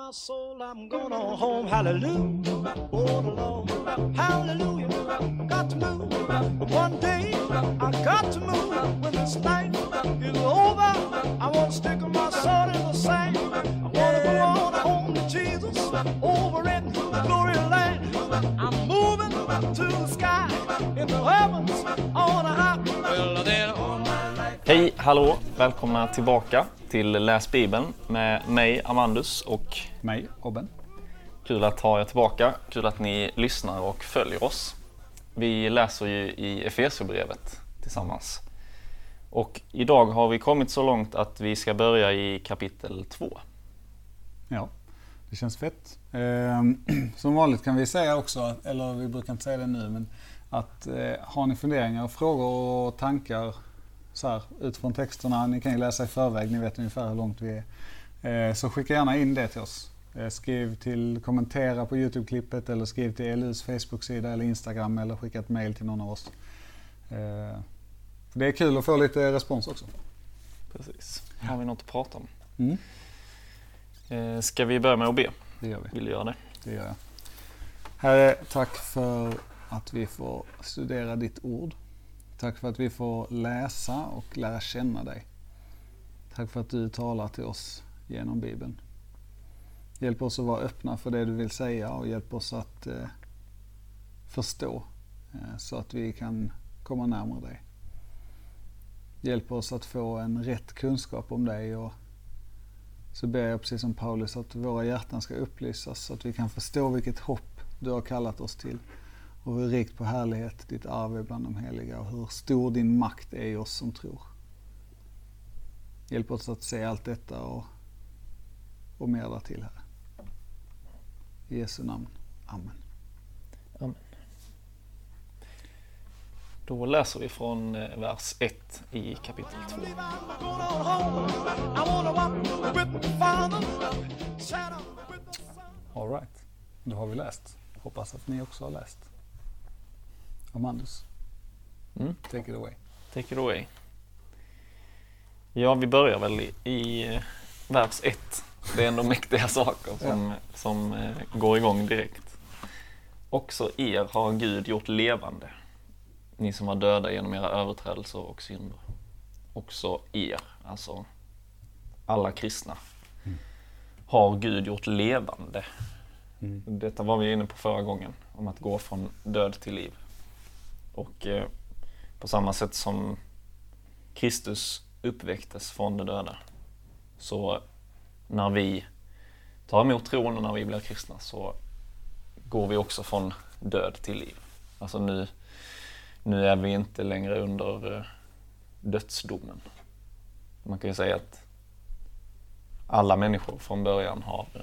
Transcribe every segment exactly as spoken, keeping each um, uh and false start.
my soul, I'm gonna home. Hallelujah, oh the Lord, hallelujah. Got to move one day. I got to move when this night is over. I wanna stick my sword in the sand. I wanna go on home to Jesus over in glory land. I'm moving to the sky in the heavens on a high. Well, then all my life. Hej, hallå, välkomna tillbaka till Läs Bibeln med mig, Amandus, och mig, Robin. Kul att ha er tillbaka, kul att ni lyssnar och följer oss. Vi läser ju i Efesierbrevet tillsammans. Och idag har vi kommit så långt att vi ska börja i kapitel två. Ja, det känns fett. Eh, som vanligt kan vi säga också, eller vi brukar inte säga det nu, men att eh, har ni funderingar, frågor och tankar så här, utifrån texterna, ni kan ju läsa i förväg, ni vet ungefär hur långt vi är. Eh, så skicka gärna in det till oss. Eh, skriv till, kommentera på YouTube-klippet eller skriv till E L U:s Facebook-sida eller Instagram eller skicka ett mail till någon av oss. Eh, för det är kul att få lite respons också. Precis. Har vi något att prata om? Mm. Eh, ska vi börja med att be? Det gör vi. Vill du göra det? Det gör jag. Herre, tack för att vi får studera ditt ord. Tack för att vi får läsa och lära känna dig. Tack för att du talar till oss genom Bibeln. Hjälp oss att vara öppna för det du vill säga och hjälp oss att eh, förstå eh, så att vi kan komma närmare dig. Hjälp oss att få en rätt kunskap om dig, och så ber jag precis som Paulus att våra hjärtan ska upplysas så att vi kan förstå vilket hopp du har kallat oss till. Och hur rikt på härlighet ditt arv är bland de heliga och hur stor din makt är i oss som tror. Hjälp oss att se allt detta och, och mer där till här. I Jesu namn. Amen. Amen. Då läser vi från vers ett i kapitel två. All right. Då har vi läst. Hoppas att ni också har läst. Amandus. Mm. Take it away. Take it away. Ja, vi börjar väl i, i vers ett. Det är ändå mäktiga saker som, ja. som eh, går igång direkt. Också er har Gud gjort levande, ni som var döda genom era överträdelser och synder. Också er, alltså alla kristna, mm. har Gud gjort levande. Mm. Detta var vi inne på förra gången, om att gå från död till liv. Och eh, på samma sätt som Kristus uppväcktes från de döda, så när vi tar emot tron och när vi blir kristna så går vi också från död till liv. Alltså nu, nu är vi inte längre under eh, dödsdomen. Man kan ju säga att alla människor från början har, eh,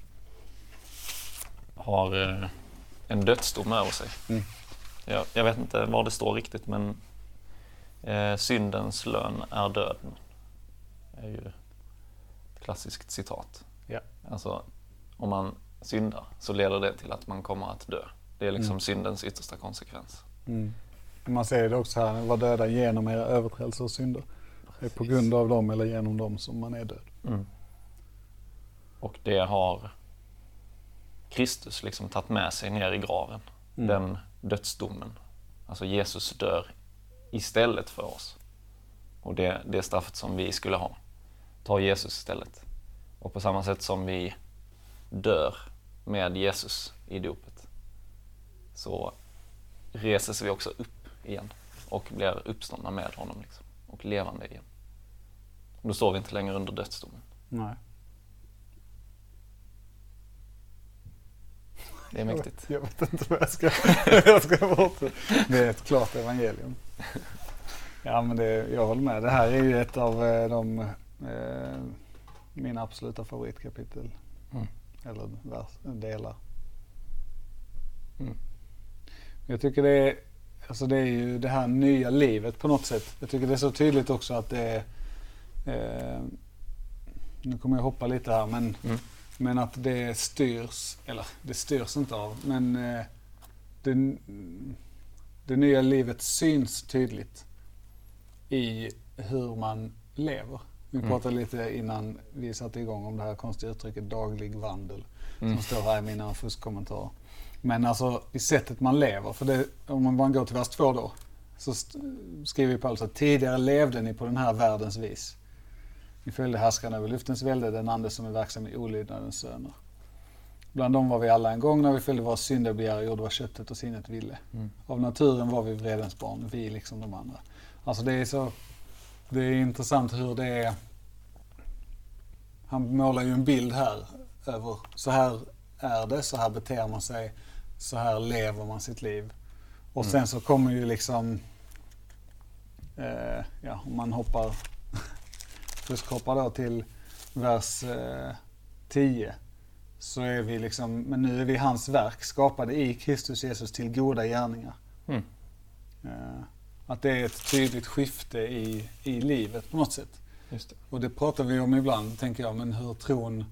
har eh, en dödsdom över sig. Mm. Jag, jag vet inte var det står riktigt, men eh, syndens lön är döden. Det är ju ett klassiskt citat. Ja. Alltså, om man syndar så leder det till att man kommer att dö. Det är liksom mm. syndens yttersta konsekvens. Mm. Man säger det också här, var döda genom era överträdelser och synder. Det är på grund av dem eller genom dem som man är död. Mm. Och det har Kristus liksom tagit med sig ner i graven. Mm. Den dödsdomen. Alltså Jesus dör istället för oss. Och det, det straffet som vi skulle ha tar Jesus istället. Och på samma sätt som vi dör med Jesus i dopet, så reses vi också upp igen och blir uppståndna med honom liksom, och levande igen. Och då står vi inte längre under dödsdomen. Nej. Det är mäktigt. Jag vet, jag vet inte vad jag ska, jag ska bort. Det är ett klart evangelium. Ja, men det, jag håller med. Det här är ju ett av de eh, mina absoluta favoritkapitel. Mm. Eller vers, delar. Mm. Jag tycker det är, alltså det är ju det här nya livet på något sätt. Jag tycker det är så tydligt också att det är, eh, nu kommer jag hoppa lite här, men mm. Men att det styrs, eller det styrs inte av, men eh, det, det nya livet syns tydligt i hur man lever. Vi pratade lite innan vi satte igång om det här konstiga uttrycket daglig vandel. Mm. Som står här i mina fuskkommentarer. Men alltså i sättet man lever. För det, om man bara går till vers två då. Så st- skriver Paulus att tidigare levde ni på den här världens vis. Ni följde härskarna över luftens välde, den ande som är verksam i olydnadens söner. Bland dem var vi alla en gång när vi följde våra syndabegär och gjorde vad köttet och sinnet ville. Mm. Av naturen var vi vredens barn, vi liksom de andra. Alltså det är så, det är intressant hur det är. Han målar ju en bild här över, så här är det, så här beter man sig, så här lever man sitt liv. Och Mm. sen så kommer ju liksom, eh, ja om man hoppar, fuskhoppar då till vers eh, tio. Så är vi liksom, men nu är vi hans verk skapade i Kristus Jesus till goda gärningar. Mm. Eh, att det är ett tydligt skifte i, i livet på något sätt. Just det. Och det pratar vi om ibland, tänker jag, men hur tron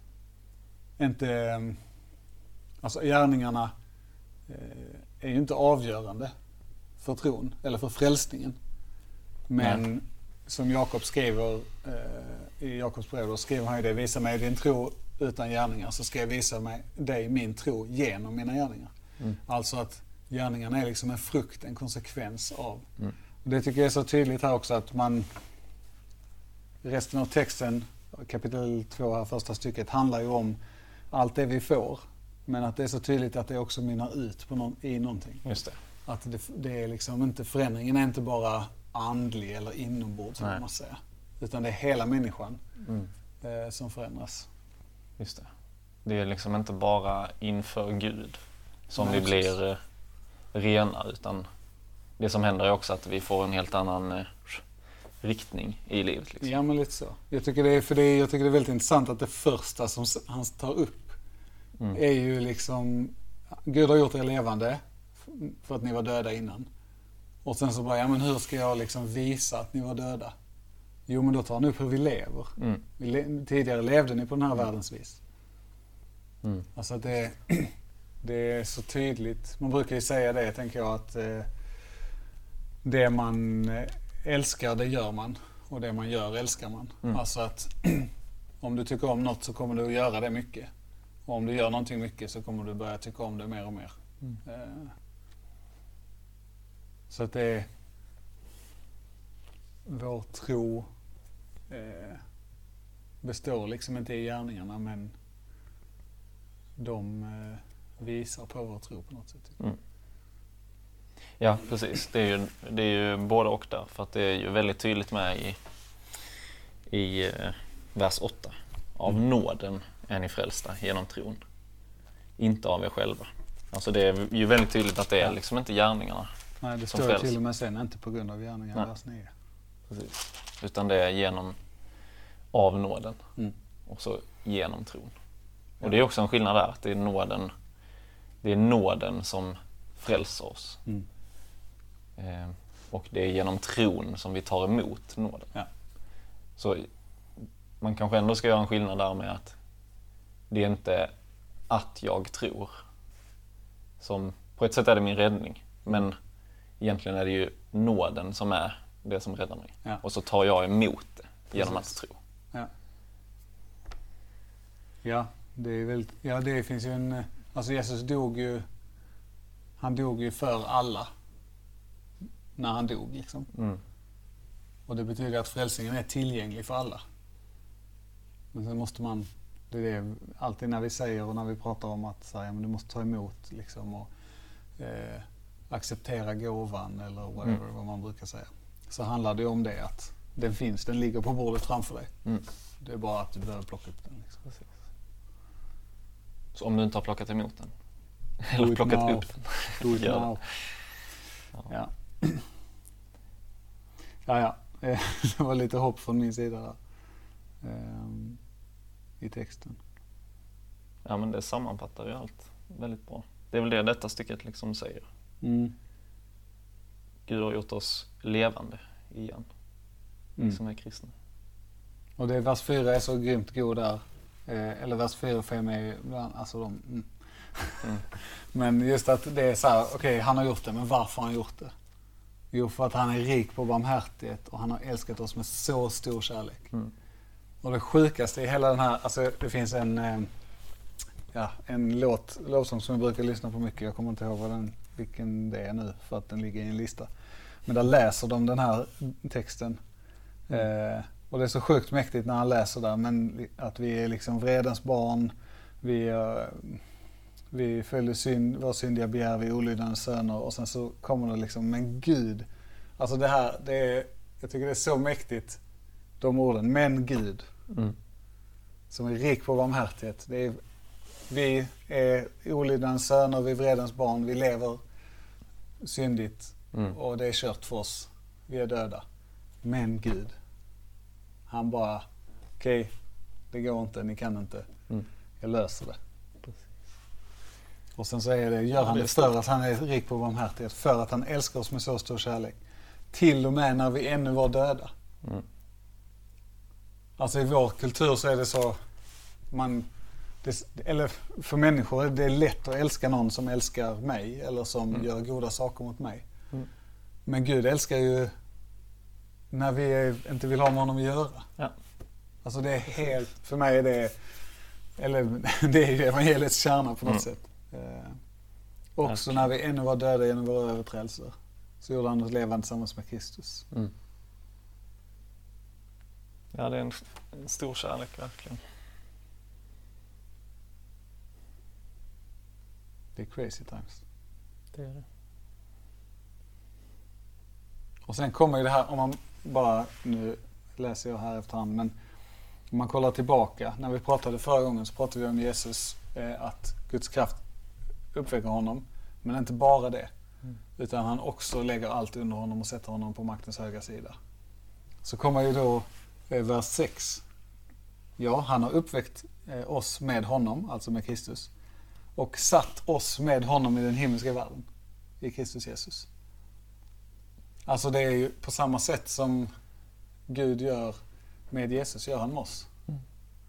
inte, alltså gärningarna eh, är ju inte avgörande för tron eller för frälsningen. Men Nej. som Jakob skriver eh, i Jakobs brev, då skriver han ju det: visa mig din tro utan gärningar, så ska jag visa mig dig min tro genom mina gärningar. Mm. Alltså att gärningarna är liksom en frukt, en konsekvens av. Mm. Och det tycker jag är så tydligt här också, att man, resten av texten, kapitel två här, första stycket, handlar ju om allt det vi får. Men att det är så tydligt att det också mynnar ut på någon, i någonting. Just det. Att det, det är liksom inte, förändringen är inte bara andlig eller inombords, som man säger. Utan det är hela människan Mm. eh, som förändras. Just det. Det är liksom inte bara inför Gud som Nej, vi blir eh, rena, utan det som händer är också att vi får en helt annan eh, riktning i livet. Liksom. Ja, men lite så. Jag tycker det är, för det är, jag tycker det är väldigt intressant att det första som s- han tar upp Mm. är ju liksom, Gud har gjort er levande för att ni var döda innan. Och sen så bara, ja men hur ska jag liksom visa att ni var döda? Jo, men då tar han upp hur vi lever. Mm. Vi le- tidigare levde ni på den här världens vis. Mm. Alltså att det, det är så tydligt. Man brukar ju säga det, tänker jag, att eh, det man eh, älskar, det gör man. Och det man gör, älskar man. Mm. Alltså att om du tycker om något så kommer du att göra det mycket. Och om du gör någonting mycket så kommer du börja tycka om det mer och mer. Mm. Eh, så att det är vår tro eh, består liksom inte i gärningarna, men de eh, visar på vår tro på något sätt. Mm. Ja, precis. Det är ju, det är ju både och där. För att det är ju väldigt tydligt med i, i eh, vers åtta. Av Mm. nåden är ni frälsta genom tron. Inte av er själva. Alltså det är ju väldigt tydligt att det är liksom inte gärningarna. Nej, det som står ju frälst. till och med sen, inte på grund av gärningarna, Nej. vers nio. Precis. Utan det är genom av nåden. Mm. Och så genom tron. Ja. Och det är också en skillnad där. Att det är nåden, det är nåden som frälser oss. Mm. Eh, och det är genom tron som vi tar emot nåden. Ja. Så man kanske ändå ska göra en skillnad där med att det är inte att jag tror. Som, på ett sätt är det min räddning. Men egentligen är det ju nåden som är det som räddar mig. Ja. Och så tar jag emot det genom Precis. att tro. Ja. Ja, det är väl, ja, det finns ju en, alltså Jesus dog ju, han dog ju för alla när han dog liksom. Mm. Och det betyder att frälsningen är tillgänglig för alla. Men sen måste man, det är det alltid när vi säger och när vi pratar om att så här, ja, men du måste ta emot liksom och eh, acceptera gåvan eller whatever, Mm. vad man brukar säga. Så handlar det om det, att den finns, den ligger på bordet framför dig. Mm. Det är bara att du behöver plocka upp den. Liksom. Precis. Så om du inte har plockat emot den, Do eller it plockat now. upp den, Do it gör det. now. Ja. Ja. Ja, ja. Eh, Det var lite hopp från min sida där. Ehm, i texten. Ja, men det sammanfattar ju allt väldigt bra. Det är väl det detta stycket liksom säger. Mm. Gud har gjort oss levande igen. Vi Mm. som är kristna. Och det, vers fyra är så grymt god där. Eh, eller vers fyra och fem är ju bland, alltså de, mm. Mm. Men just att det är så här, okej, okay, han har gjort det, men varför har han gjort det? Jo, för att han är rik på barmhärtighet och han har älskat oss med så stor kärlek. Mm. Och det sjukaste i hela den här, alltså det finns en, eh, ja, en låt, lovsång som jag brukar lyssna på mycket. Jag kommer inte ihåg vad den, vilken det är nu för att den ligger i en lista. Men där läser de den här texten. Mm. Eh, och det är så sjukt mäktigt när han läser där, men att vi är liksom vredens barn, vi, eh, vi följer synd, vår syndiga begär, vi är olydnadens söner, och sen så kommer det liksom, men Gud, alltså det här, det är, jag tycker det är så mäktigt, de orden, men Gud, mm. som är rik på barmhärtighet, det är, vi är olydnadens söner, vi är vredens barn, vi lever syndigt, mm. och det är kört för oss, vi är döda, men Gud, han bara, okej, okay, det går inte, ni kan inte, mm. jag löser det. Precis. Och sen så är det, gör han det för att han är rik på barmhärtighet, för att han älskar oss med så stor kärlek. Till och med när vi ännu var döda. Mm. Alltså i vår kultur så är det så, man, det, eller för människor, det är lätt att älska någon som älskar mig, eller som mm. gör goda saker mot mig. Mm. Men Gud älskar ju när vi inte vill ha med honom att göra. Ja. Alltså det är helt, för mig är det, eller det är ju evangeliets kärna på något mm. sätt. Eh, också okay. När vi ännu var döda genom våra överträdelser, så gjorde han oss levande tillsammans med Kristus. Mm. Ja, det är en, en stor kärlek verkligen. Det är crazy times. Det är det. Och sen kommer ju det här, om man bara, nu läser jag här efterhand, men om man kollar tillbaka, när vi pratade förra gången så pratade vi om Jesus, eh, att Guds kraft uppväcker honom, men inte bara det, mm. utan han också lägger allt under honom och sätter honom på maktens höga sida. Så kommer ju då eh, vers sex. Ja, han har uppväckt eh, oss med honom, alltså med Kristus, och satt oss med honom i den himmelska världen, i Kristus Jesus. Alltså det är ju på samma sätt som Gud gör med Jesus, gör han med oss. Mm.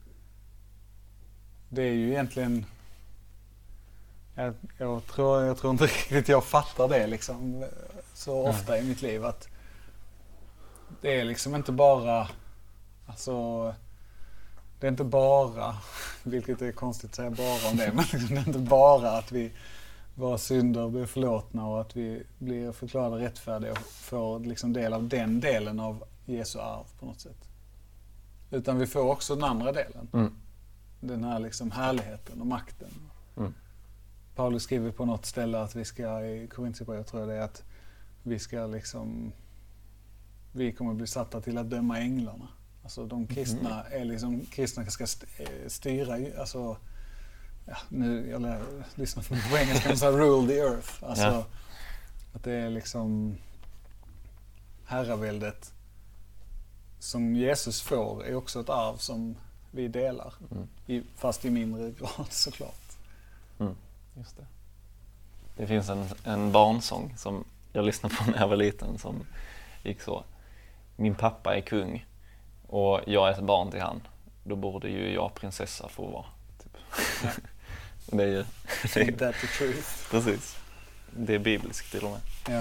Det är ju egentligen, jag, jag, tror, jag tror inte riktigt jag fattar det liksom så ofta mm. i mitt liv, att det är liksom inte bara, alltså det är inte bara, vilket är konstigt att säga bara om det, men liksom, det är inte bara att vi våra synder blir förlåtna och att vi blir förklarade rättfärdiga och får liksom del av den delen av Jesu arv på något sätt. Utan vi får också den andra delen. Mm. Den här liksom härligheten och makten. Mm. Paulus skriver på något ställe att vi ska, i Korintierbrevet tror jag det är, att vi ska liksom, vi kommer bli satta till att döma änglarna. Alltså de kristna mm. är liksom, kristna ska styra, alltså ja, nu, jag lär, lyssnar för mycket på engelska, så rule the earth. Alltså, ja. Att det är liksom herraväldet som Jesus får är också ett arv som vi delar. Mm. I, fast i mindre grad såklart. Mm, just det. Det finns en, en barnsång som jag lyssnade på när jag var liten som gick så. Min pappa är kung och jag är ett barn till han. Då borde ju jag prinsessa få vara. Typ. Ja. Det är ju... Det är, that the truth. Precis. Det är bibliskt till och med. Ja.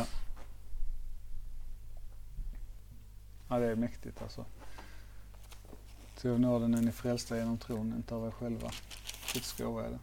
Ja, det är mäktigt alltså. Till av nåden är ni frälsta genom tron, inte av er själva. Guds gåva är det.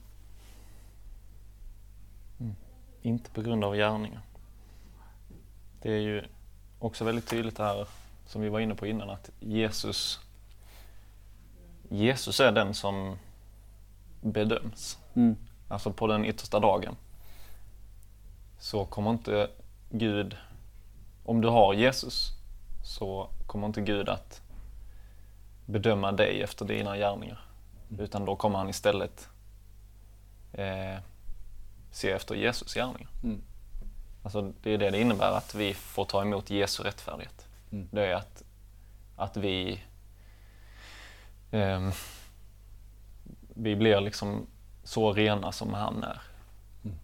Mm. Inte på grund av gärningar. Det är ju också väldigt tydligt här, som vi var inne på innan, att Jesus Jesus är den som bedöms. Mm. Alltså på den yttersta dagen så kommer inte Gud, om du har Jesus, så kommer inte Gud att bedöma dig efter dina gärningar. Mm. Utan då kommer han istället eh, se efter Jesus gärningar. Mm. Alltså det är det det innebär att vi får ta emot Jesu rättfärdighet. Mm. Det är att, att vi eh, vi blir liksom så rena som han är. Mm.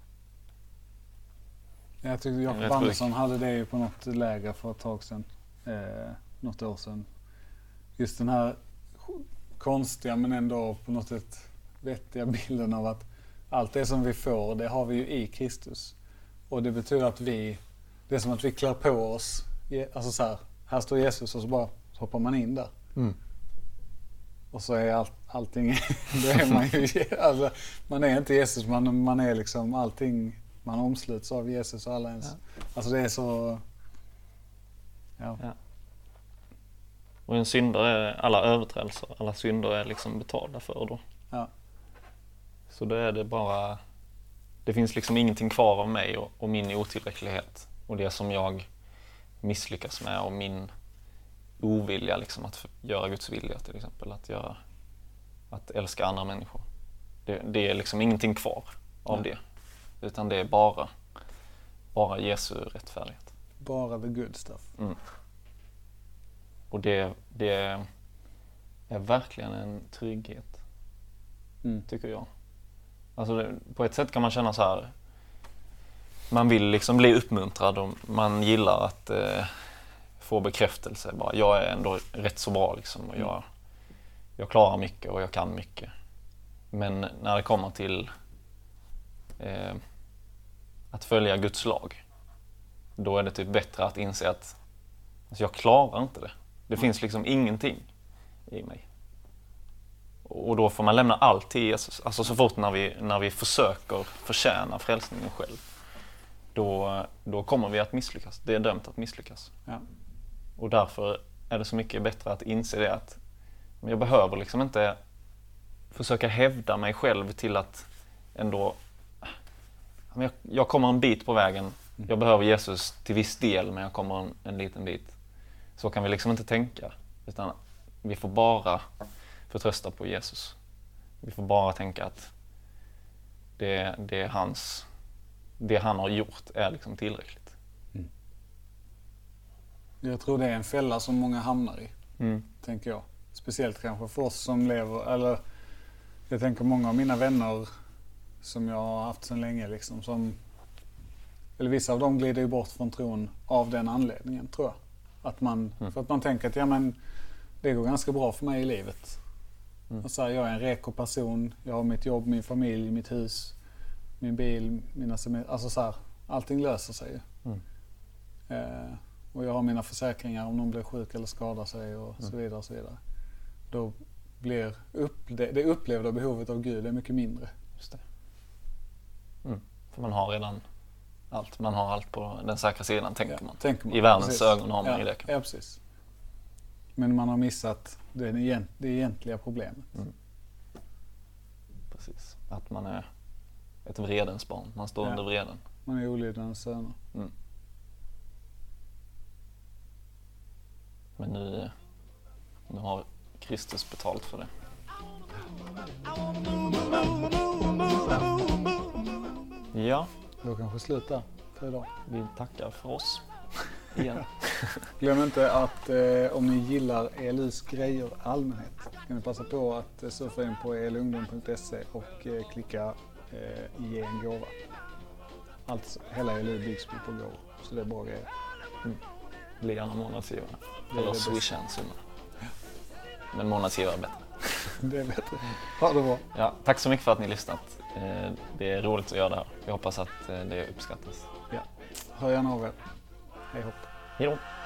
Jag tyckte Jakob Andersson hade det ju på något läger för ett tag sedan. Eh, något år sedan. Just den här konstiga men ändå på något sätt vettiga bilden av att allt det som vi får, det har vi ju i Kristus. Och det betyder att vi Det är som att vi klär på oss. Alltså så här, här står Jesus och så bara hoppar man in där. Mm. Och så är all, allting, då är man ju, alltså, man är inte Jesus, man, man är liksom allting, man omsluts av Jesus och alla ens. Ja. Alltså det är så, ja. ja. Och en syndare är alla överträdelser, alla synder är liksom betalda för då. Ja. Så då är det bara, det finns liksom ingenting kvar av mig och, och min otillräcklighet. Och det som jag misslyckas med och min ovilja liksom att göra Guds vilja till exempel. Att, göra, att älska andra människor. Det, det är liksom ingenting kvar av Nej. det. Utan det är bara, bara Jesu rättfärdighet. Bara the good stuff. Mm. Och det, det är verkligen en trygghet. Mm. Tycker jag. Alltså det, på ett sätt kan man känna så här. Man vill liksom bli uppmuntrad och man gillar att eh, få bekräftelse. Bara, jag är ändå rätt så bra liksom, och jag, jag klarar mycket och jag kan mycket. Men när det kommer till eh, att följa Guds lag, då är det typ bättre att inse att alltså, jag klarar inte det. Det finns liksom ingenting i mig. Och då får man lämna allt till Jesus. Alltså så fort när vi, när vi försöker förtjäna frälsningen själv, då, då kommer vi att misslyckas. Det är dömt att misslyckas. Ja. Och därför är det så mycket bättre att inse det att jag behöver liksom inte försöka hävda mig själv till att ändå, jag, jag kommer en bit på vägen. Jag behöver Jesus till viss del, men jag kommer en, en liten bit. Så kan vi liksom inte tänka, utan vi får bara förtrösta på Jesus. Vi får bara tänka att det, det är hans, det han har gjort är liksom tillräckligt. Mm. Jag tror det är en fälla som många hamnar i, mm. tänker jag. Speciellt kanske för oss som lever, eller jag tänker många av mina vänner som jag har haft sedan länge liksom, som, eller vissa av dem glider ju bort från tron av den anledningen, tror jag. Att man, mm. För att man tänker att ja, men, det går ganska bra för mig i livet. Mm. Och så här, jag är en reko person, jag har mitt jobb, min familj, mitt hus, min bil, mina semester, alltså så här, allting löser sig ju. Mm. Eh, och jag har mina försäkringar om någon blir sjuk eller skadar sig och mm. så vidare och så vidare. Då blir upp, det, det upplevda behovet av Gud är mycket mindre. Just det. Mm. För man har redan allt, man har allt på den säkra sidan, tänker, ja, man. tänker man. I världens precis. ögon har man ja, ju det. Ja, precis. Men man har missat det, egent, det egentliga problemet. Mm. Precis. Att man är ett vredens barn. Man står ja. under vreden. Man är olydnadens söner. Mm. Men nu, nu har Kristus betalt för det. Ja. Då kanske sluta för idag. Vi tackar för oss. Igen. Glöm inte att eh, om ni gillar E L U:s grejer allmänhet kan ni passa på att eh, surfa in på e l ungdom punkt se och eh, klicka eh, ge en gåva. Alltså hela E L U byggs på gåvor, så det är bra grejer. Mm. Bli gärna månadsgivare. Det eller swisha en summa. Ja. Men månadsgivare är bättre. Det är bättre. Ha det bra. Ja, tack så mycket för att ni lyssnat. Eh, det är roligt att göra det här. Jag hoppas att eh, det uppskattas. Ja. Hör gärna av er. Hej hopp. Hej då.